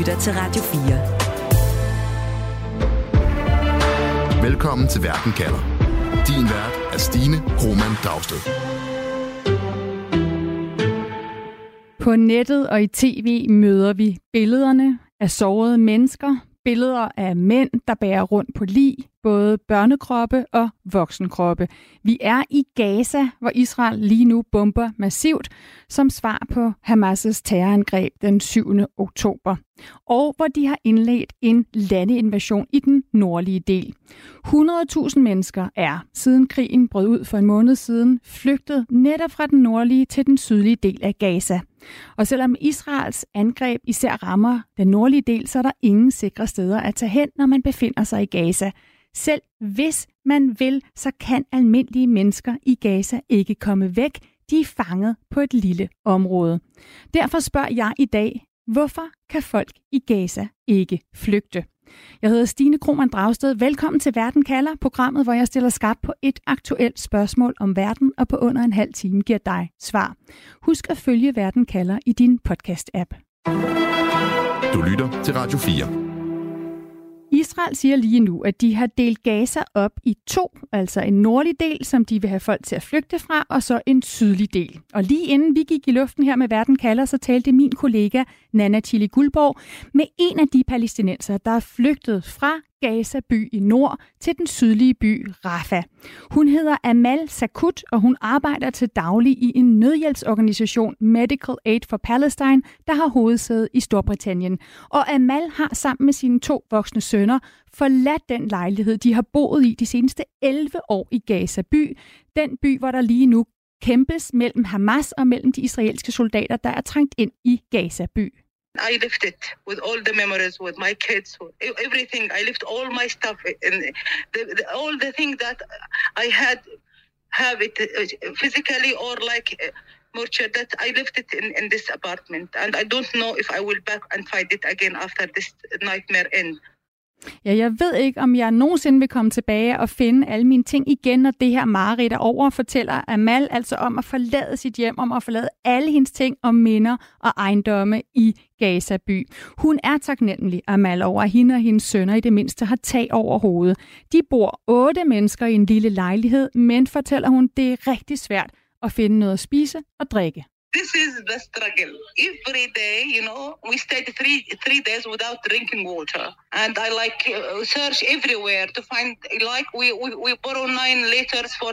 lytter til Radio 4. Velkommen til Verden kalder. Din vært er Stine Krohmann Dragsted. På nettet og i tv møder vi billederne af sårede mennesker, billeder af mænd, der bærer rundt på lig, både børnekroppe og voksenkroppe. Vi er i Gaza, hvor Israel lige nu bomber massivt som svar på Hamas' terrorangreb den 7. oktober. Og hvor de har indledt en landeinvasion i den nordlige del. 100.000 mennesker er, siden krigen brød ud for en måned siden, flygtet netop fra den nordlige til den sydlige del af Gaza. Og selvom Israels angreb især rammer den nordlige del, så er der ingen sikre steder at tage hen, når man befinder sig i Gaza. Selv hvis man vil, så kan almindelige mennesker i Gaza ikke komme væk. De er fanget på et lille område. Derfor spørger jeg i dag, hvorfor kan folk i Gaza ikke flygte? Jeg hedder Stine Krohmann Dragsted. Velkommen til Verden kalder, programmet, hvor jeg stiller skarpt på et aktuelt spørgsmål om verden, og på under en halv time giver dig svar. Husk at følge Verden kalder i din podcast-app. Du lytter til Radio 4. Israel siger lige nu, at de har delt Gaza op i to, altså en nordlig del, som de vil have folk til at flygte fra, og så en sydlig del. Og lige inden vi gik i luften her med Verden kalder, så talte min kollega Nana Chili Guldborg med en af de palæstinenser, der er flygtet fra Gaza by i nord til den sydlige by Rafah. Hun hedder Amal Sakut, og hun arbejder til daglig i en nødhjælpsorganisation Medical Aid for Palestine, der har hovedsæde i Storbritannien. Og Amal har sammen med sine 2 voksne sønner forladt den lejlighed, de har boet i de seneste 11 år i Gaza by. Den by, hvor der lige nu kæmpes mellem Hamas og mellem de israelske soldater, der er trængt ind i Gaza by. I left it with all the memories, with my kids, with everything. I left all my stuff, and all the things that I have it physically or like nurtured. That I left it in this apartment, and I don't know if I will back and find it again after this nightmare end. Ja, jeg ved ikke, om jeg nogensinde vil komme tilbage og finde alle mine ting igen, når det her mareridt er over, fortæller Amal altså om at forlade sit hjem, om at forlade alle hendes ting og minder og ejendomme i Gaza by. Hun er taknemmelig, Amal, over at hende og hendes sønner i det mindste har tag over hovedet. De bor 8 mennesker i en lille lejlighed, men fortæller hun, det er rigtig svært at finde noget at spise og drikke. This is the struggle. Every day, we stayed three days without drinking water. And I search everywhere to find, we borrow 9 liters for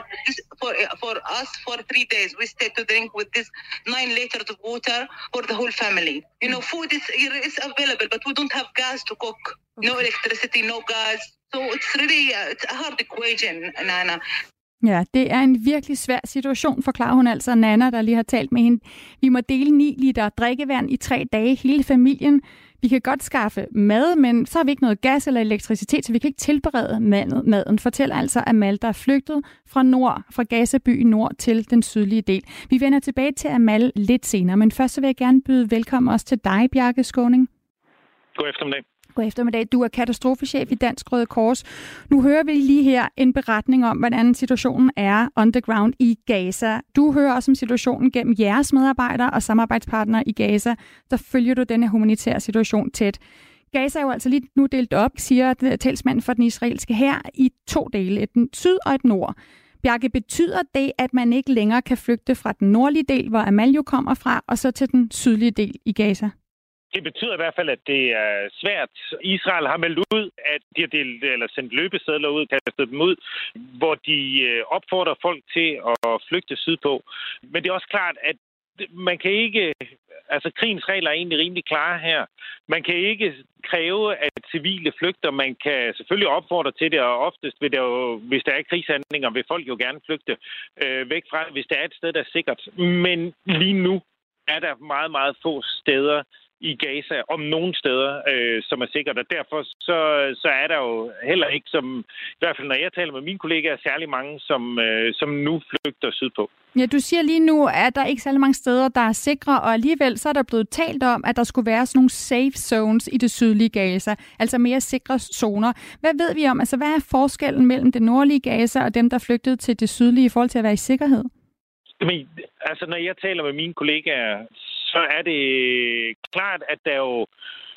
us for 3 days. We stayed to drink with this 9 liters of water for the whole family. Food is available, but we don't have gas to cook. Okay. No electricity, no gas. So it's really it's a hard equation, Nana. Ja, det er en virkelig svær situation, forklarer hun altså Nana, der lige har talt med hende. Vi må dele 9 liter drikkevand i 3 dage, hele familien. Vi kan godt skaffe mad, men så har vi ikke noget gas eller elektricitet, så vi kan ikke tilberede maden, fortæller altså Amal, der er flygtet fra Gaza by i nord til den sydlige del. Vi vender tilbage til Amal lidt senere, men først så vil jeg gerne byde velkommen også til dig, Bjarke Skåning. God eftermiddag. God eftermiddag. Du er katastrofechef i Dansk Røde Kors. Nu hører vi lige her en beretning om, hvordan situationen er underground i Gaza. Du hører også om situationen gennem jeres medarbejdere og samarbejdspartnere i Gaza. Der følger du denne humanitære situation tæt. Gaza er jo altså lige nu delt op, siger talsmanden for den israelske hær, i 2 dele, et syd og et nord. Bjarke, betyder det, at man ikke længere kan flygte fra den nordlige del, hvor Amal jo kommer fra, og så til den sydlige del i Gaza? Det betyder i hvert fald, at det er svært. Israel har meldt ud, at de har sendt løbesedler ud, kastet dem ud, hvor de opfordrer folk til at flygte sydpå. Men det er også klart, at man kan ikke... Altså, krigens regler er egentlig rimelig klare her. Man kan ikke kræve, at civile flygter. Man kan selvfølgelig opfordre til det, og oftest vil det jo, hvis der er krigshandlinger, vil folk jo gerne flygte væk fra det, hvis der er et sted, der er sikkert. Men lige nu er der meget, meget få steder i Gaza, om nogle steder, som er sikkert. Og derfor så er der jo heller ikke, som i hvert fald når jeg taler med mine kollegaer, særlig mange, som nu flygter sydpå. Ja, du siger lige nu, at der ikke særlig mange steder, der er sikre, og alligevel så er der blevet talt om, at der skulle være sådan nogle safe zones i det sydlige Gaza, altså mere sikre zoner. Hvad ved vi om? Altså, hvad er forskellen mellem det nordlige Gaza og dem, der flygtede til det sydlige i forhold til at være i sikkerhed? Men, altså, når jeg taler med mine kollegaer, så er det klart, at der jo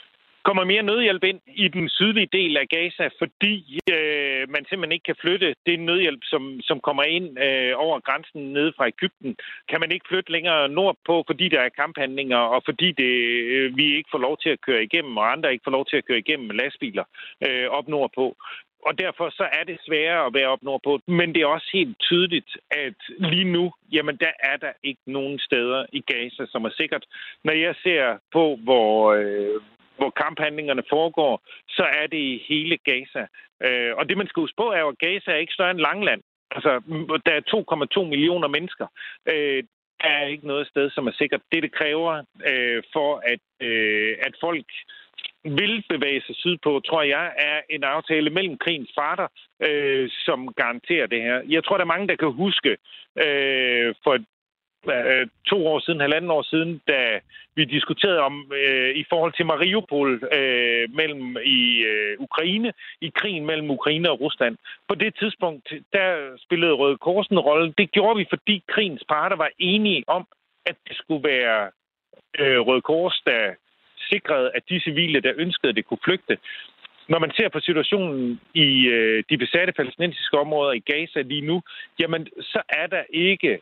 kommer mere nødhjælp ind i den sydlige del af Gaza, fordi man simpelthen ikke kan flytte det nødhjælp, som kommer ind over grænsen nede fra Egypten, kan man ikke flytte længere nordpå, fordi der er kamphandlinger, og fordi vi ikke får lov til at køre igennem, og andre ikke får lov til at køre igennem med lastbiler op nordpå. Og derfor så er det sværere at være op nordpå. Men det er også helt tydeligt, at lige nu, jamen der er der ikke nogen steder i Gaza, som er sikkert. Når jeg ser på, hvor kamphandlingerne foregår, så er det i hele Gaza. Og det man skal huske på er jo, at Gaza er ikke større end Langeland. Altså, der er 2,2 millioner mennesker. Der er ikke noget sted, som er sikkert. Det kræver for, at folk vil bevæge sig sydpå, tror jeg, er en aftale mellem krigens parter, som garanterer det her. Jeg tror, der er mange, der kan huske for 2 år siden, 1,5 år siden, da vi diskuterede om i forhold til Mariupol mellem i Ukraine, i krigen mellem Ukraine og Rusland. På det tidspunkt, der spillede Røde Kors en rolle. Det gjorde vi, fordi krigens parter var enige om, at det skulle være Røde Kors, der sikrede, at de civile, der ønskede, det kunne flygte. Når man ser på situationen i de besatte palæstinensiske områder i Gaza lige nu, jamen, så er der ikke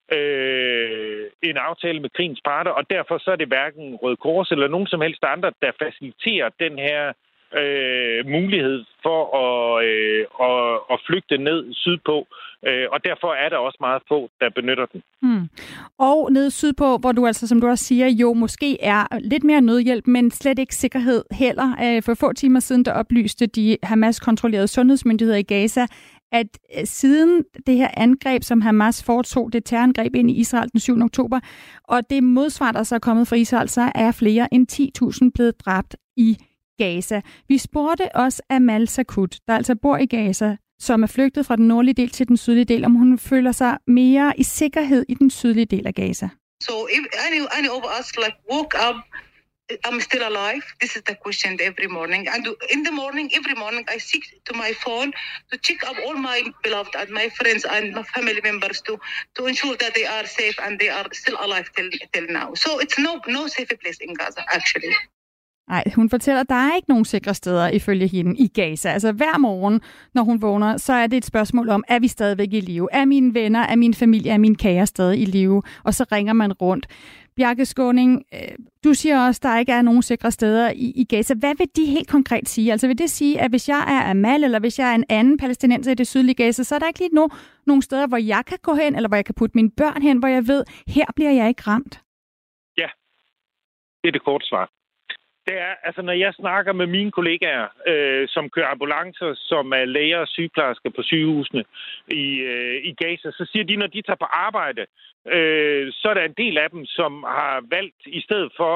en aftale med krigens parter, og derfor så er det hverken Røde Kors eller nogen som helst andre, der faciliterer den her mulighed for at flygte ned sydpå. Og derfor er der også meget få, der benytter den. Og nede sydpå, hvor du altså, som du også siger, jo måske er lidt mere nødhjælp, men slet ikke sikkerhed heller. For få timer siden, der oplyste de Hamas-kontrollerede sundhedsmyndigheder i Gaza, at siden det her angreb, som Hamas foretog, det terrorangreb ind i Israel den 7. oktober, og det modsvar, der så er kommet fra Israel, så er flere end 10.000 blevet dræbt i Gaza. Vi spurgte også Amal Sakut, der altså bor i Gaza, som er flygtet fra den nordlige del til den sydlige del, om hun føler sig mere i sikkerhed i den sydlige del af Gaza. So if any of us woke up, I'm still alive. This is the question every morning. And in the morning, every morning, I seek to my phone to check up all my beloved and my friends and my family members to ensure that they are safe and they are still alive till now. So it's no safe place in Gaza, actually. Nej, hun fortæller, at der er ikke nogen sikre steder ifølge hende i Gaza. Altså hver morgen, når hun vågner, så er det et spørgsmål om, er vi stadigvæk i live? Er mine venner, er min familie, er mine kære stadig i live? Og så ringer man rundt. Bjarke Skaaning, du siger også, at der ikke er nogen sikre steder i Gaza. Hvad vil de helt konkret sige? Altså vil det sige, at hvis jeg er Amal, eller hvis jeg er en anden palæstinenser i det sydlige Gaza, så er der ikke lige nogen steder, hvor jeg kan gå hen, eller hvor jeg kan putte mine børn hen, hvor jeg ved, her bliver jeg ikke ramt? Ja, det er det korte svar. Det er, altså når jeg snakker med mine kollegaer, som kører ambulancer, som er læger og sygeplejersker på sygehusene i Gaza, så siger de, når de tager på arbejde, så er der en del af dem, som har valgt, i stedet for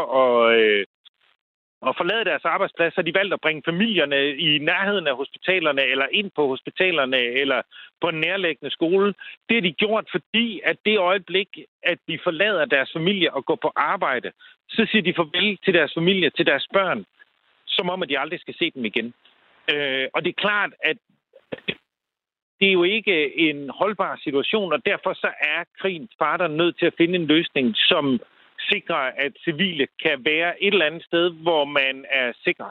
at forlade deres arbejdsplads, så har de valgt at bringe familierne i nærheden af hospitalerne, eller ind på hospitalerne, eller på en nærliggende skole. Det har de gjort, fordi at det øjeblik, at de forlader deres familie og går på arbejde, så siger de farvel til deres familie, til deres børn, som om, at de aldrig skal se dem igen. Og det er klart, at det er jo ikke en holdbar situation, og derfor så er krigens parter nødt til at finde en løsning, som sikrer, at civile kan være et eller andet sted, hvor man er sikker.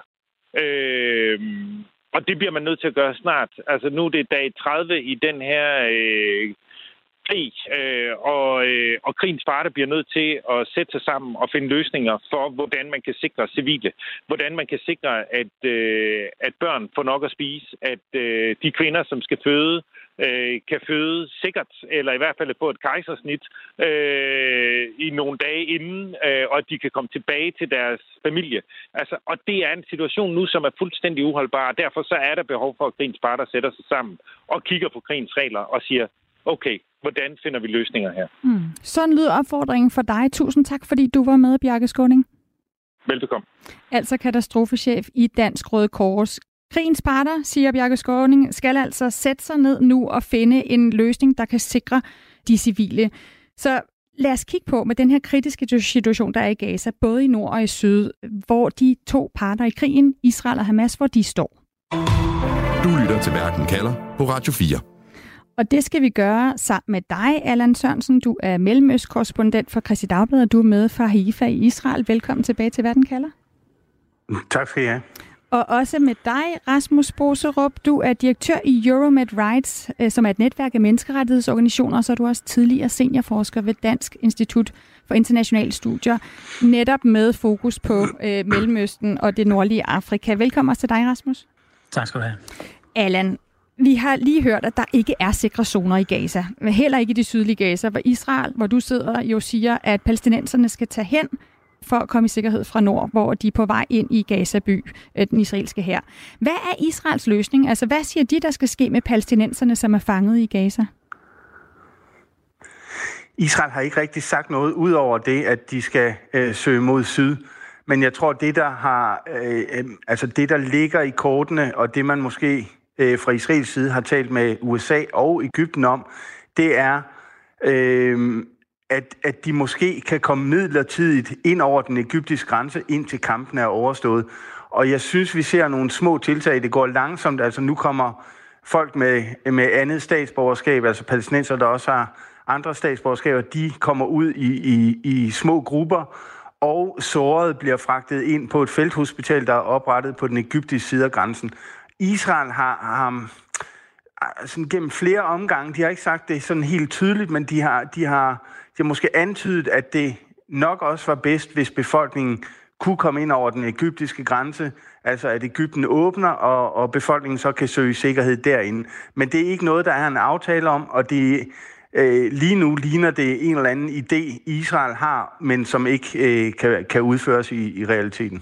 Og det bliver man nødt til at gøre snart. Altså nu er det dag 30 i den her krig, og krigens parter bliver nødt til at sætte sig sammen og finde løsninger for, hvordan man kan sikre civile. Hvordan man kan sikre, at børn får nok at spise, at de kvinder, som skal føde, kan føde sikkert, eller i hvert fald få et kejsersnit i nogle dage inden, og at de kan komme tilbage til deres familie. Altså, og det er en situation nu, som er fuldstændig uholdbar, og derfor så er der behov for, at krigens parter sætter sig sammen og kigger på krigens regler og siger, okay, hvordan finder vi løsninger her? Sådan lyder opfordringen for dig. Tusind tak, fordi du var med, Bjarke Skaaning. Velbekomme. Altså katastrofechef i Dansk Røde Kors. Krigens parter, siger Bjarke Skaaning, skal altså sætte sig ned nu og finde en løsning, der kan sikre de civile. Så lad os kigge på med den her kritiske situation, der er i Gaza, både i nord og i syd, hvor de to parter i krigen, Israel og Hamas, hvor de står. Du lytter til Verden kalder på Radio 4. Og det skal vi gøre sammen med dig, Allan Sørensen. Du er mellemøstkorrespondent for Kristeligt Dagblad, og du er med fra Haifa i Israel. Velkommen tilbage til Verden kalder. Tak skal I have. Og også med dig, Rasmus Boserup. Du er direktør i Euromed Rights, som er et netværk af menneskerettighedsorganisationer, og så er du også tidligere seniorforsker ved Dansk Institut for Internationale Studier, netop med fokus på Mellemøsten og det nordlige Afrika. Velkommen også til dig, Rasmus. Tak skal du have. Allan, vi har lige hørt, at der ikke er sikre zoner i Gaza, men heller ikke i det sydlige Gaza, hvor Israel, hvor du sidder, jo siger, at palæstinenserne skal tage hen for at komme i sikkerhed fra nord, hvor de er på vej ind i Gaza by, den israelske hær. Hvad er Israels løsning? Altså, hvad siger de, der skal ske med palæstinenserne, som er fanget i Gaza? Israel har ikke rigtig sagt noget ud over det, at de skal søge mod syd. Men jeg tror, det der ligger i kortene, og det man måske fra Israels side har talt med USA og Egypten om, det er, at de måske kan komme midlertidigt ind over den egyptiske grænse, indtil kampen er overstået. Og jeg synes, vi ser nogle små tiltag. Det går langsomt. Altså nu kommer folk med andet statsborgerskab, altså palæstinenser, der også har andre statsborgerskaber, de kommer ud i små grupper, og sårede bliver fragtet ind på et felthospital, der er oprettet på den egyptiske side af grænsen. Israel har sådan gennem flere omgange, de har ikke sagt det sådan helt tydeligt, men de har måske antydet, at det nok også var bedst, hvis befolkningen kunne komme ind over den egyptiske grænse, altså at Egypten åbner, og befolkningen så kan søge sikkerhed derinde. Men det er ikke noget, der er en aftale om, og det lige nu ligner det en eller anden idé, Israel har, men som ikke kan udføres i realiteten.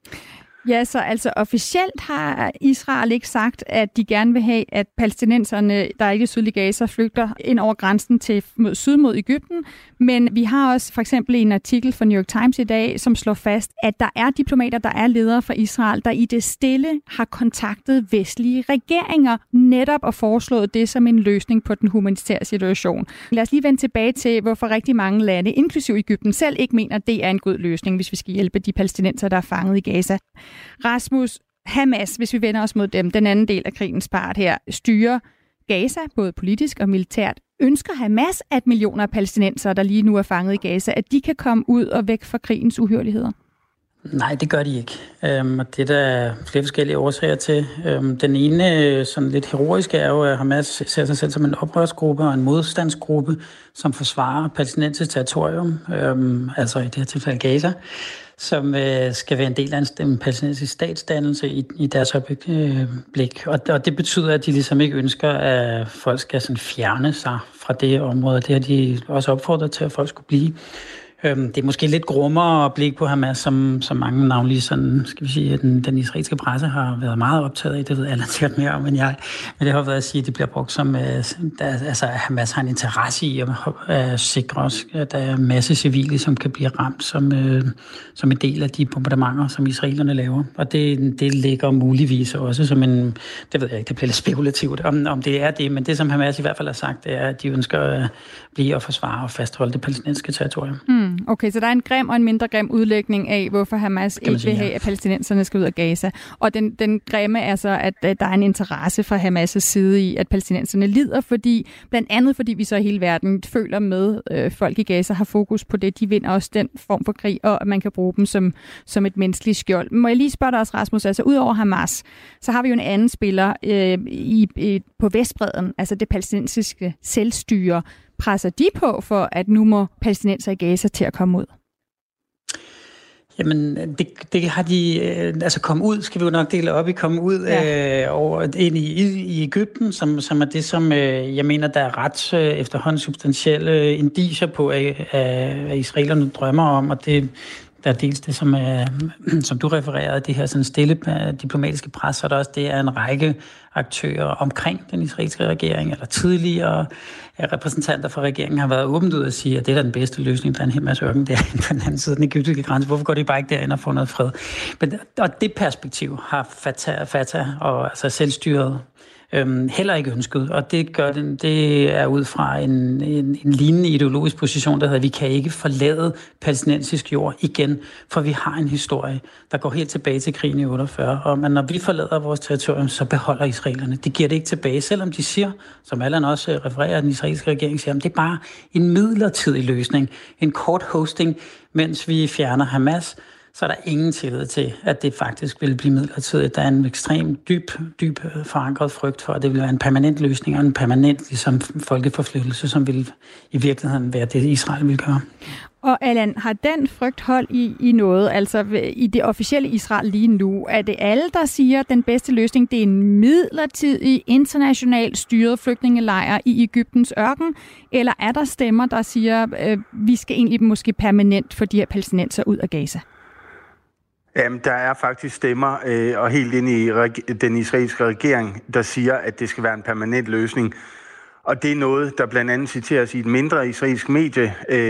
Ja, så altså officielt har Israel ikke sagt, at de gerne vil have, at palæstinenserne, der er i det sydlige Gaza, flygter ind over grænsen syd mod Egypten. Men vi har også for eksempel en artikel fra New York Times i dag, som slår fast, at der er diplomater, der er ledere for Israel, der i det stille har kontaktet vestlige regeringer, netop og foreslået det som en løsning på den humanitære situation. Lad os lige vende tilbage til, hvorfor rigtig mange lande, inklusive Egypten, selv ikke mener, at det er en god løsning, hvis vi skal hjælpe de palæstinenser, der er fanget i Gaza. Rasmus, Hamas, hvis vi vender os mod dem, den anden del af krigens part her, styrer Gaza, både politisk og militært. Ønsker Hamas, at millioner af palæstinensere, der lige nu er fanget i Gaza, at de kan komme ud og væk fra krigens uhyrligheder? Nej, det gør de ikke. Og det er der flere forskellige årsager til. Den ene, sådan lidt heroiske, er jo, at Hamas ser sig selv som en oprørsgruppe og en modstandsgruppe, som forsvarer palæstinensisk territorium, altså i det her tilfælde Gaza, som skal være en del af en palæstinensisk statsdannelse i deres blik. Og det betyder, at de ligesom ikke ønsker, at folk skal sådan fjerne sig fra det område. Det har de også opfordret til, at folk skulle blive. Det er måske lidt grummere blik på Hamas, som mange navnlig sådan, skal vi sige, at den israelske presse har været meget optaget af. Det ved alle sikkert mere om end jeg. Men det har været at sige, at det bliver brugt som, altså Hamas har en interesse i at sikre os, at der er en masse civile, som kan blive ramt som en del af de bombardementer, som israelerne laver. Og det ligger muligvis også som en, det ved jeg ikke, det bliver lidt spekulativt, om det er det. Men det, som Hamas i hvert fald har sagt, det er, at de ønsker at blive og forsvare og fastholde det palæstinensiske territorium. Okay, så der er en grim og en mindre grim udlægning af, hvorfor Hamas ikke vil have, at palæstinenserne skal ud af Gaza. Og den grimme er så, at der er en interesse fra Hamas' side i, at palæstinenserne lider, blandt andet fordi vi så i hele verden føler med, folk i Gaza har fokus på det. De vinder også den form for krig, og at man kan bruge dem som et menneskeligt skjold. Må jeg lige spørge dig også, Rasmus, altså ud over Hamas, så har vi jo en anden spiller på Vestbredden, altså det palæstinensiske selvstyre. Presser de på for, at nu må palæstinenser i Gaza til at komme ud? Jamen, det har de, altså komme ud, skal vi jo nok dele op i komme ud over ind i Egypten, som er det, som jeg mener, der er ret efterhånden substantielle indicier på, at israelerne drømmer om, og det der er dels det, som du refererede, det her sådan stille diplomatiske pres, og der også det er en række aktører omkring den israelske regering, eller tidligere repræsentanter for regeringen har været åbent ud at sige, at det er den bedste løsning, der er en hel masse ørken derinde på den anden side af den egyptiske grænse. Hvorfor går det bare ikke derind og får noget fred? Og det perspektiv har Fatah og altså selvstyret heller ikke ønsket, og det er ud fra en lignende ideologisk position, der hedder, at vi kan ikke forlade palæstinensisk jord igen, for vi har en historie, der går helt tilbage til krigen i 48, og når vi forlader vores territorium, så beholder israelerne. Det giver det ikke tilbage, selvom de siger, som Allan også refererer, den israelske regering siger, at det er bare en midlertidig løsning, en kort hosting, mens vi fjerner Hamas, så er der ingen tillid til, at det faktisk vil blive midlertidigt. Der er en ekstremt dyb forankret frygt for, at det vil være en permanent løsning og en permanent ligesom, folkeforflyttelse, som vil i virkeligheden være det, Israel vil gøre. Og Allan, har den frygt hold i noget, altså i det officielle Israel lige nu? Er det alle, der siger, at den bedste løsning det er en midlertidig, internationalt styret flygtningelejr i Egyptens ørken? Eller er der stemmer, der siger, at vi skal egentlig måske permanent få de her palæstinenser ud af Gaza? Jamen, der er faktisk stemmer, og helt ind i den israelske regering, der siger, at det skal være en permanent løsning. Og det er noget, der blandt andet citeres i et mindre israelsk medie,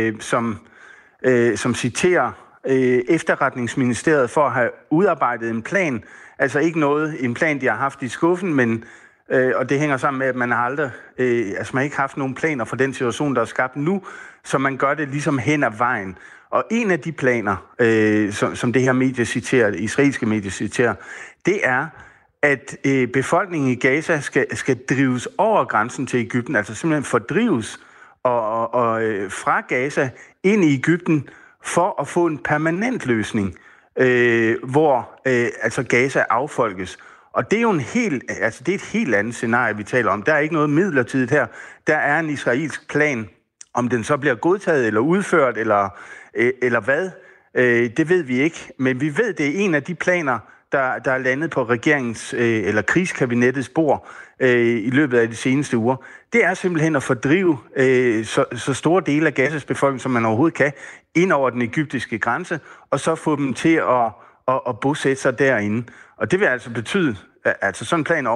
som citerer efterretningsministeriet for at have udarbejdet en plan. Altså ikke en plan, de har haft i skuffen, men og det hænger sammen med, at man har aldrig, man har ikke haft nogen planer for den situation, der er skabt nu, så man gør det ligesom hen ad vejen. Og en af de planer, som det her medie citerer, det israelske medie citerer, det er, at befolkningen i Gaza skal drives over grænsen til Egypten, altså simpelthen fordrives og fra Gaza ind i Egypten for at få en permanent løsning, hvor altså Gaza affolkes. Og det er jo det er et helt andet scenarie, vi taler om. Der er ikke noget midlertidigt her. Der er en israelsk plan. Om den så bliver godtaget eller udført eller hvad, det ved vi ikke. Men vi ved, det er en af de planer, der er landet på regeringens eller krigskabinettets bord i løbet af de seneste uger. Det er simpelthen at fordrive så store dele af Gazas befolkning, som man overhovedet kan, ind over den egyptiske grænse, og så få dem til at bosætte sig derinde. Og det vil altså betyde, altså sådan en plan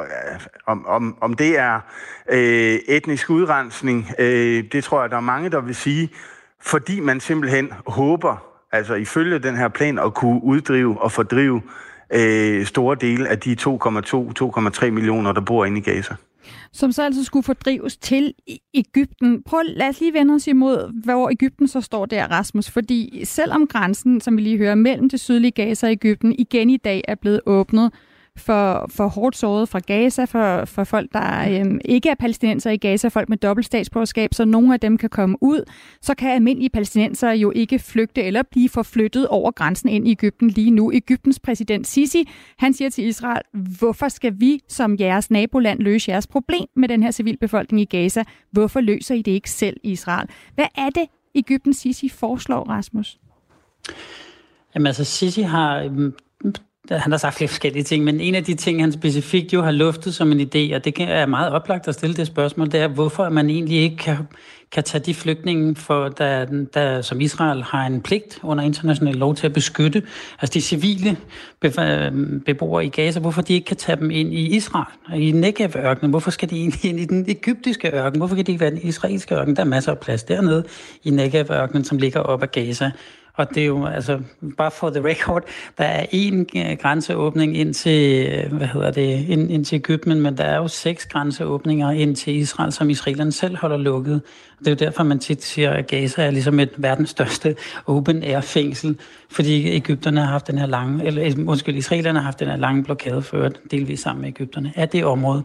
om det er etnisk udrensning, det tror jeg, der er mange, der vil sige, fordi man simpelthen håber, altså ifølge den her plan, at kunne uddrive og fordrive store dele af de 2,3 millioner, der bor inde i Gaza. Som så altså skulle fordrives til Egypten. Lad os lige vende os imod, hvor Egypten så står der, Rasmus. Fordi selvom grænsen, som vi lige hører, mellem det sydlige Gaza og Egypten igen i dag er blevet åbnet for hårdt såret fra Gaza, for folk, der ikke er palæstinenser i Gaza, folk med dobbelt statsborgerskab, så nogle af dem kan komme ud, så kan almindelige palæstinenser jo ikke flygte eller blive forflyttet over grænsen ind i Egypten lige nu. Egyptens præsident Sisi, han siger til Israel, hvorfor skal vi som jeres naboland løse jeres problem med den her civilbefolkning i Gaza? Hvorfor løser I det ikke selv, Israel? Hvad er det, Egyptens Sisi foreslår, Rasmus? Jamen altså, Sisi han har sagt flere forskellige ting, men en af de ting, han specifikt jo har luftet som en idé, og det er meget oplagt at stille det spørgsmål, det er, hvorfor man egentlig ikke kan tage de flygtninge, der som Israel har en pligt under international lov til at beskytte, altså de civile beboere i Gaza, hvorfor de ikke kan tage dem ind i Israel, i Negev-ørkenen, hvorfor skal de egentlig ind i den egyptiske ørken, hvorfor kan de ikke være den israelske ørken, der er masser af plads dernede i Negev-ørkenen, som ligger op ad Gaza. Og det er jo, altså, bare for the record, der er en grænseåbning ind til Egypten, men der er jo 6 grænseåbninger ind til Israel, som israelerne selv holder lukket. Det er jo derfor, man tit siger, at Gaza er ligesom et verdens største open-air-fængsel, fordi israelerne har haft den her lange blokade ført, delvis sammen med egypterne, af det område.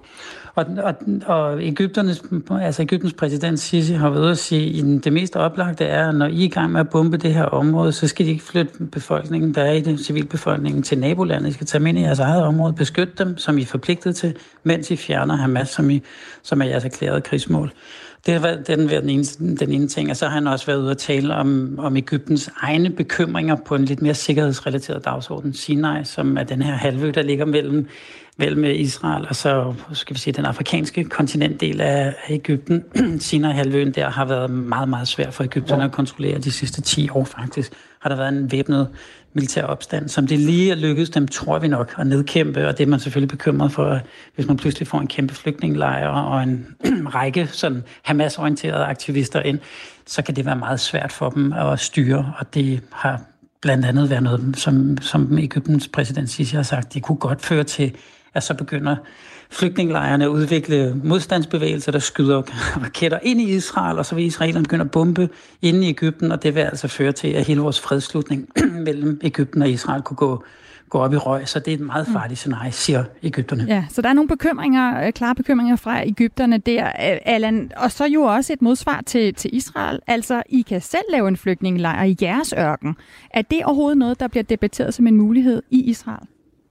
Og Egyptens præsident Sisi har været ude at sige, at det mest oplagte er, at når I er i gang med at bombe det her område, så skal de ikke flytte befolkningen, der er i det civilbefolkningen, til nabolandet. I skal tage dem ind i jeres eget område, beskytte dem, som I er forpligtet til, mens I fjerner Hamas, som er jeres erklærede krigsmål. Det har den ene ting, og så har han også været ude at tale om Egyptens egne bekymringer på en lidt mere sikkerhedsrelateret dagsorden. Sinai, som er den her halvø, der ligger mellem Israel og så, skal vi sige, den afrikanske kontinentdel af Egypten. Sinai-halvøen der har været meget, meget svært for Egypterne at kontrollere de sidste 10 år faktisk. Har der været en væbnet militær opstand, som det lige er lykkedes dem, tror vi nok, at nedkæmpe, og det er man selvfølgelig bekymret for, hvis man pludselig får en kæmpe flygtningelejr og en række sådan Hamas-orienterede aktivister ind, så kan det være meget svært for dem at styre, og det har blandt andet været noget, som Egyptens præsident Sisi har sagt, det kunne godt føre til, at så begynder flygtningelejrene at udvikle modstandsbevægelser, der skyder raketter ind i Israel, og så vil israelerne begynde at bombe inde i Egypten, og det vil altså føre til, at hele vores fredsslutning mellem Egypten og Israel kunne gå op i røg. Så det er et meget farligt scenarie, siger egypterne. Ja, så der er nogle bekymringer, klare bekymringer fra egypterne der, Allan. Og så jo også et modsvar til Israel. Altså, I kan selv lave en flygtningelejr i jeres ørken. Er det overhovedet noget, der bliver debatteret som en mulighed i Israel?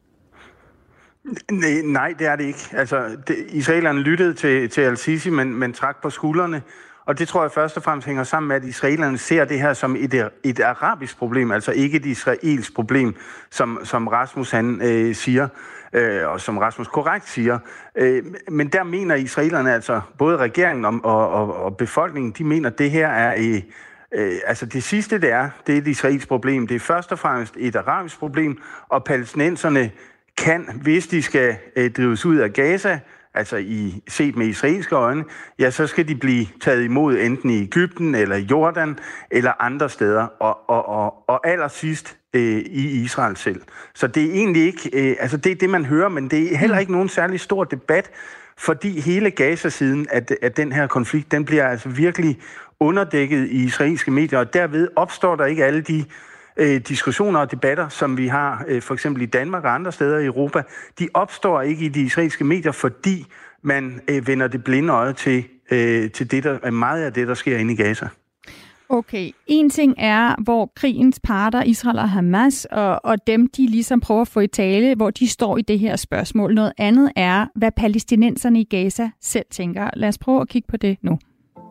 Nej, det er det ikke. Altså, israelerne lyttede til al-Sisi, men trak på skuldrene. Og det tror jeg først og fremmest hænger sammen med, at israelerne ser det her som et arabisk problem, altså ikke et israelsk problem, som Rasmus han siger, og som Rasmus korrekt siger. Men der mener israelerne, altså både regeringen og befolkningen, de mener, at det her er altså det sidste, det er et israelsk problem. Det er først og fremmest et arabisk problem, og palæstinenserne kan, hvis de skal drives ud af Gaza, altså set med israelske øjne, ja, så skal de blive taget imod enten i Egypten eller Jordan eller andre steder, og allersidst i Israel selv. Så det er egentlig ikke, altså det er det, man hører, men det er heller ikke nogen særlig stor debat, fordi hele Gaza-siden af den her konflikt, den bliver altså virkelig underdækket i israelske medier, og derved opstår der ikke alle de diskussioner og debatter, som vi har for eksempel i Danmark og andre steder i Europa, de opstår ikke i de israelske medier, fordi man vender det blinde øje til det, der, meget af det, der sker inde i Gaza. Okay, en ting er, hvor krigens parter, Israel og Hamas, og dem, de ligesom prøver at få i tale, hvor de står i det her spørgsmål. Noget andet er, hvad palæstinenserne i Gaza selv tænker. Lad os prøve at kigge på det nu.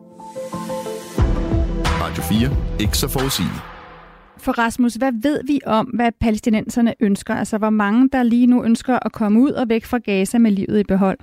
Radio 4. Ikke så forudsigende. For Rasmus, hvad ved vi om, hvad palæstinenserne ønsker? Altså, hvor mange der lige nu ønsker at komme ud og væk fra Gaza med livet i behold?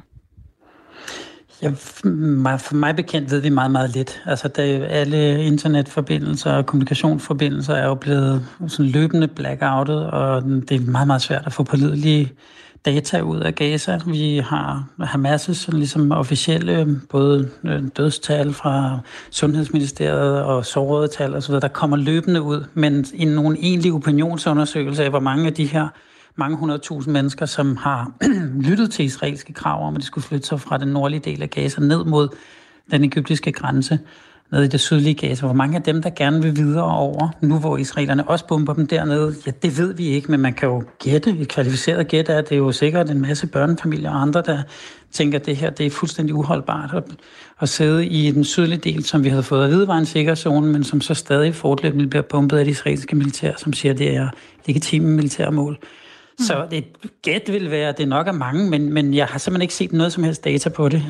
Ja, for mig bekendt ved vi meget, meget lidt. Altså, alle internetforbindelser og kommunikationsforbindelser er jo blevet sådan løbende blackoutet, og det er meget, meget svært at få pålidelige data ud af Gaza. Vi har Hamas' sådan ligesom officielle både dødstal fra Sundhedsministeriet og sårede tal osv., der kommer løbende ud, men i nogle egentlige opinionsundersøgelser af, hvor mange af de her mange 100.000 mennesker, som har lyttet til israelske krav om, at de skulle flytte sig fra den nordlige del af Gaza ned mod den egyptiske grænse, nede i det sydlige Gaza. Hvor mange af dem, der gerne vil videre over, nu hvor israelerne også bomber dem dernede, ja, det ved vi ikke, men man kan jo gætte. Et kvalificeret gæt er, at det er jo sikkert en masse børnefamilier og andre, der tænker, at det her det er fuldstændig uholdbart at sidde i den sydlige del, som vi havde fået at vide var en sikker zone, men som så stadig fortløbende bliver bombet af det israelske militær, som siger, at det er legitime militære mål. Så et gæt vil være, at det nok er mange, men jeg har simpelthen ikke set noget som helst data på det.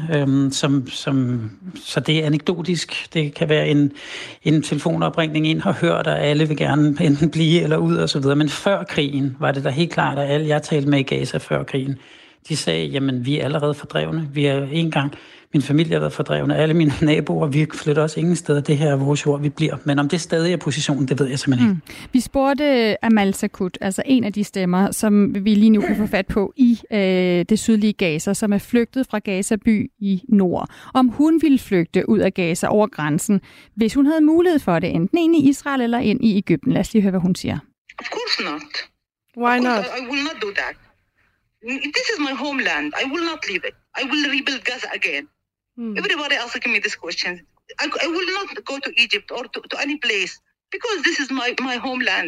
Så det er anekdotisk. Det kan være en telefonopringning, en har hørt, og alle vil gerne enten blive eller ud og så videre. Men før krigen var det da helt klart, at alle jeg talte med i Gaza før krigen, de sagde, jamen vi er allerede fordrevne. Vi er en gang, min familie har været fordrevne, alle mine naboer, vi flytter også ingen steder. Det her er vores jord, vi bliver. Men om det stadig er positionen, det ved jeg simpelthen ikke. Vi spurgte Amal Sakut, altså en af de stemmer, som vi lige nu kan få fat på i det sydlige Gaza, som er flygtet fra Gaza by i nord. Om hun ville flygte ud af Gaza over grænsen, hvis hun havde mulighed for det, enten ind i Israel eller ind i Egypten. Lad os lige høre, hvad hun siger. Of course not. Why not? I will not do that. This is my homeland. I will not leave it. I will rebuild Gaza again. Everybody asking me this question. I will not go to Egypt or to any place because this is my homeland.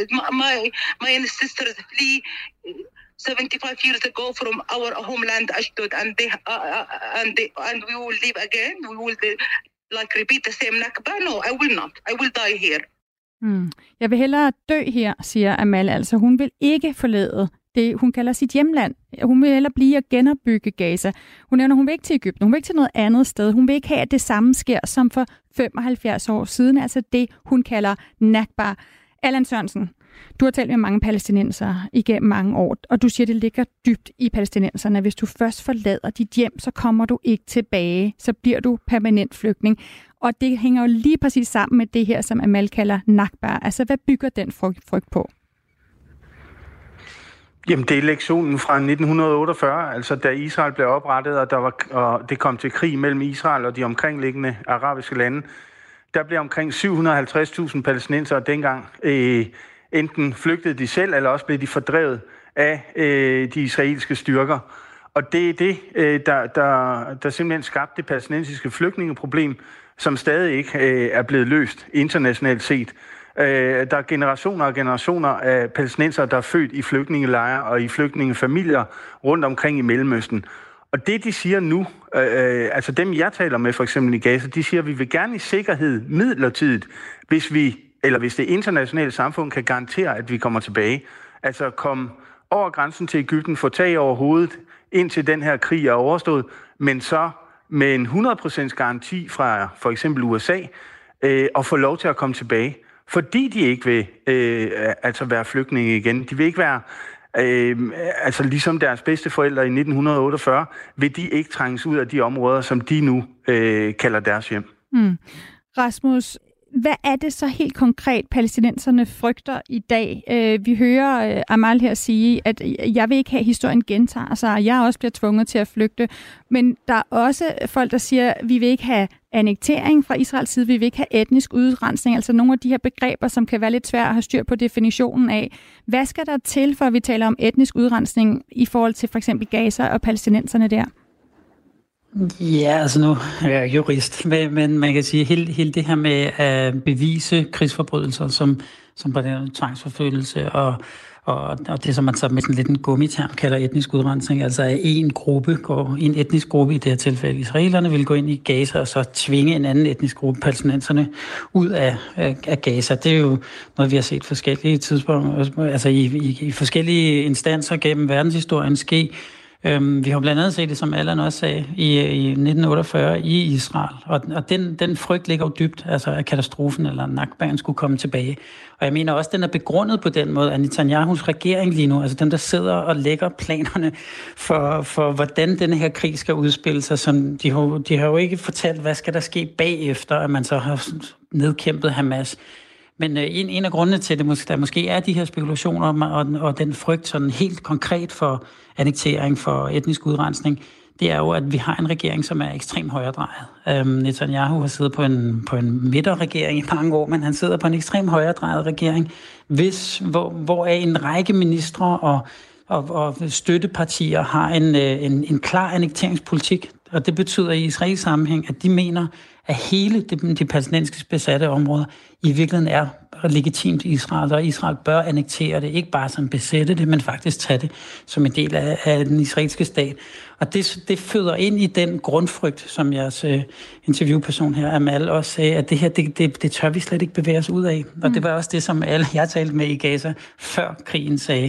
My ancestors flee 75 years ago from our homeland Ashdod, and we will live again. We will repeat the same Nakba. No, I will not. I will die here. Jeg vil hellere dø her, siger Amal. Altså, hun vil ikke forlade det, hun kalder sit hjemland. Hun vil hellere blive og genopbygge Gaza. Hun nævner, hun vil ikke til Egypten. Hun vil ikke til noget andet sted. Hun vil ikke have, at det samme sker som for 75 år siden. Altså det, hun kalder Nakba. Allan Sørensen, du har talt med mange palæstinenser igennem mange år, og du siger, det ligger dybt i palæstinenserne. Hvis du først forlader dit hjem, så kommer du ikke tilbage. Så bliver du permanent flygtning. Og det hænger jo lige præcis sammen med det her, som Amal kalder Nakba. Altså, hvad bygger den frygt på? Jamen, det er lektionen fra 1948, altså da Israel blev oprettet, og det kom til krig mellem Israel og de omkringliggende arabiske lande. Der blev omkring 750.000 palæstinensere dengang. Enten flygtede de selv, eller også blev de fordrevet af de israelske styrker. Og det er det, der simpelthen skabte det palæstinensiske flygtningeproblem, som stadig ikke er blevet løst internationalt set. Der er generationer og generationer af palæstinensere, der er født i flygtningelejre og i flygtningefamilier rundt omkring i Mellemøsten. Og det, de siger nu, altså dem, jeg taler med for eksempel i Gaza, de siger, at vi vil gerne i sikkerhed midlertidigt, hvis det internationale samfund kan garantere, at vi kommer tilbage. Altså komme over grænsen til Egypten, få tag over hovedet, indtil den her krig er overstået, men så med en 100% garanti fra for eksempel USA, og få lov til at komme tilbage. Fordi de ikke vil være flygtninge igen. De vil ikke være, ligesom deres bedsteforældre i 1948, vil de ikke trænges ud af de områder, som de nu kalder deres hjem. Rasmus, hvad er det så helt konkret, palæstinenserne frygter i dag? Vi hører Amal her sige, at jeg vil ikke have, at historien gentager sig, og jeg også bliver tvunget til at flygte. Men der er også folk, der siger, at vi vil ikke have annektering fra Israels side, vi vil ikke have etnisk udrensning, altså nogle af de her begreber, som kan være lidt svære at have styr på definitionen af. Hvad skal der til, for at vi taler om etnisk udrensning i forhold til for eksempel Gaza og palæstinenserne der? Ja, altså nu er jeg jurist, men man kan sige, hele det her med at bevise krigsforbrydelser, som på den tvangsforfølgelse og det, som man så med sådan lidt en gummiterm kalder etnisk udrensning, altså at en etnisk gruppe, i det her tilfælde israelerne, vil gå ind i Gaza og så tvinge en anden etnisk gruppe, palæstinenserne, ud af Gaza. Det er jo noget, vi har set forskellige tidspunkter, altså i forskellige instanser gennem verdenshistorien ske. Vi har blandt andet set det, som Allan også sagde, i 1948 i Israel. Og den frygt ligger jo dybt, altså at katastrofen eller Nakbaen skulle komme tilbage. Og jeg mener også, den er begrundet på den måde, at Netanyahus regering lige nu, altså dem, der sidder og lægger planerne for hvordan denne her krig skal udspille sig, som de har jo ikke fortalt, hvad skal der ske bagefter, at man så har nedkæmpet Hamas. Men en af grundene til, at der måske er de her spekulationer og den frygt sådan helt konkret for annektering, for etnisk udrensning, det er jo, at vi har en regering, som er ekstremt højredrejet. Netanyahu har siddet på en midterregering i mange år, men han sidder på en ekstremt højredrejet regering, hvor en række ministre og støttepartier har en klar annekteringspolitik. Og det betyder i israelsk sammenhæng, at de mener, at hele de palæstinensiske besatte områder i virkeligheden er legitimt i Israel, og Israel bør annektere det, ikke bare som besætte det, men faktisk tage det som en del af den israelske stat. Og det føder ind i den grundfrygt, som jeres interviewperson her, Amal, også sagde, at det her, det tør vi slet ikke bevæge os ud af. Og det var også det, som alle jeg talte med i Gaza før krigen sagde,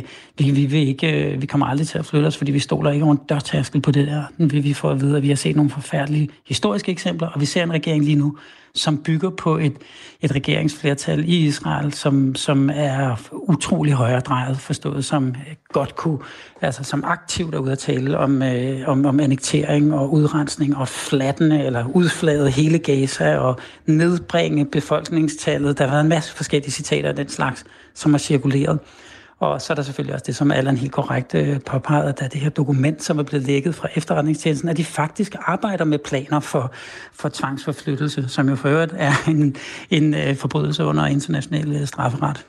vi kommer aldrig til at flytte os, fordi vi stoler ikke over en dørtærskel på det der. Vi får at vide, at vi har set nogle forfærdelige historiske eksempler, og vi ser en regering lige nu, som bygger på et regeringsflertal i Israel, som er utrolig højredrejet, forstået som godt kunne, altså som aktivt er ude at tale om annektering og udrensning og flattende eller udflade hele Gaza og nedbringe befolkningstallet. Der har været en masse forskellige citater af den slags, som har cirkuleret. Og så er der selvfølgelig også det, som Allan helt korrekt påpegede, at der er det her dokument, som er blevet lækket fra efterretningstjenesten, at de faktisk arbejder med planer for tvangsforflyttelse, som jo for øvrigt er en forbrydelse under international strafferet.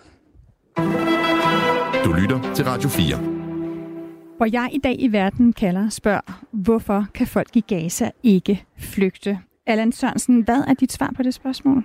Du lytter til Radio 4. Hvor jeg i dag i verden spørger, hvorfor kan folk i Gaza ikke flygte? Allan Sørensen, hvad er dit svar på det spørgsmål?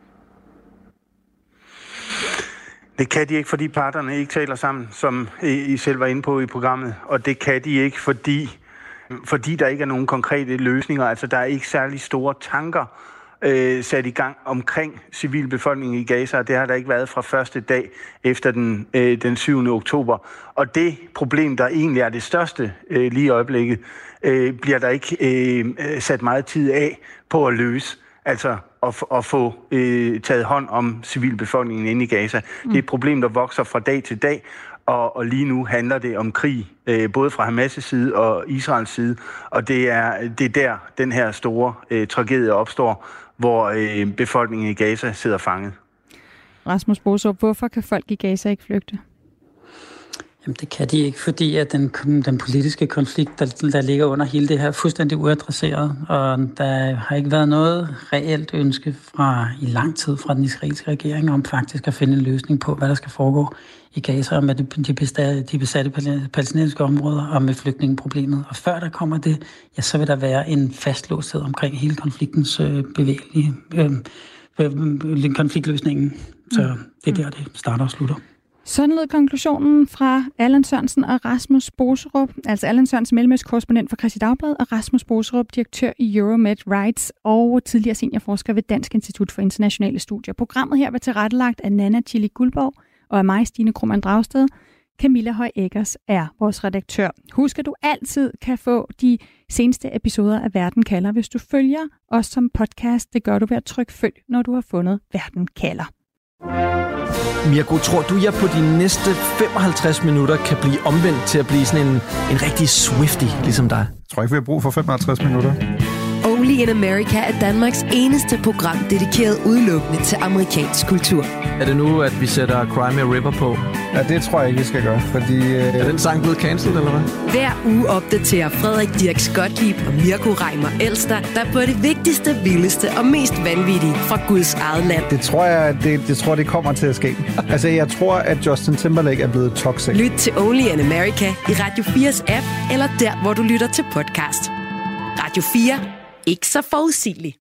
Det kan de ikke, fordi parterne ikke taler sammen, som I selv var inde på i programmet. Og det kan de ikke, fordi der ikke er nogen konkrete løsninger. Altså, der er ikke særlig store tanker sat i gang omkring civilbefolkningen i Gaza. Det har der ikke været fra første dag efter den 7. oktober. Og det problem, der egentlig er det største lige i øjeblikket, bliver der ikke sat meget tid af på at løse. Altså at få taget hånd om civilbefolkningen inde i Gaza. Det er et problem, der vokser fra dag til dag, og lige nu handler det om krig, både fra Hamas' side og Israels side, og det er der, den her store tragedie opstår, hvor befolkningen i Gaza sidder fanget. Rasmus Borup, hvorfor kan folk i Gaza ikke flygte? Jamen, det kan de ikke, fordi at den politiske konflikt, der ligger under hele det her, er fuldstændig uadresseret, og der har ikke været noget reelt ønske i lang tid fra den israelske regering om faktisk at finde en løsning på, hvad der skal foregå i Gaza med de besatte palæstinensiske områder og med flygtningeproblemet. Og før der kommer det, ja, så vil der være en fastlåsthed omkring hele konfliktens konfliktløsningen. Så det er der, det starter og slutter. Sådan lød konklusionen fra Allan Sørensen og Rasmus Boserup, altså Allan Sørensen, mellemøstkorrespondent for Kristeligt Dagblad, og Rasmus Boserup, direktør i Euromed Rights og tidligere seniorforsker ved Dansk Institut for Internationale Studier. Programmet her var tilrettelagt af Nana Chili Guldborg og af mig, Stine Krohmann Dragsted. Camilla Høj Eggers er vores redaktør. Husk, at du altid kan få de seneste episoder af Verden kalder, hvis du følger os som podcast. Det gør du ved at trykke følg, når du har fundet Verden kalder. Mirko, tror du, jeg på de næste 55 minutter kan blive omvendt til at blive sådan en rigtig Swiftie, ligesom dig? Jeg tror ikke, vi har brug for 55 minutter. Only in America er Danmarks eneste program dedikeret udelukkende til amerikansk kultur. Er det nu, at vi sætter Cry Me a River på? Ja, det tror jeg ikke, vi skal gøre, fordi... Er den sang blevet cancelled, eller hvad? Hver uge opdaterer Frederik Dirks Gottlieb og Mirko Reimer Elster, der på det vigtigste, vildeste og mest vanvittige fra Guds eget land. Det tror jeg, det kommer til at ske. Altså, jeg tror, at Justin Timberlake er blevet toxic. Lyt til Only in America i Radio 4's app, eller der, hvor du lytter til podcast. Radio 4. Ikke så forudsigeligt.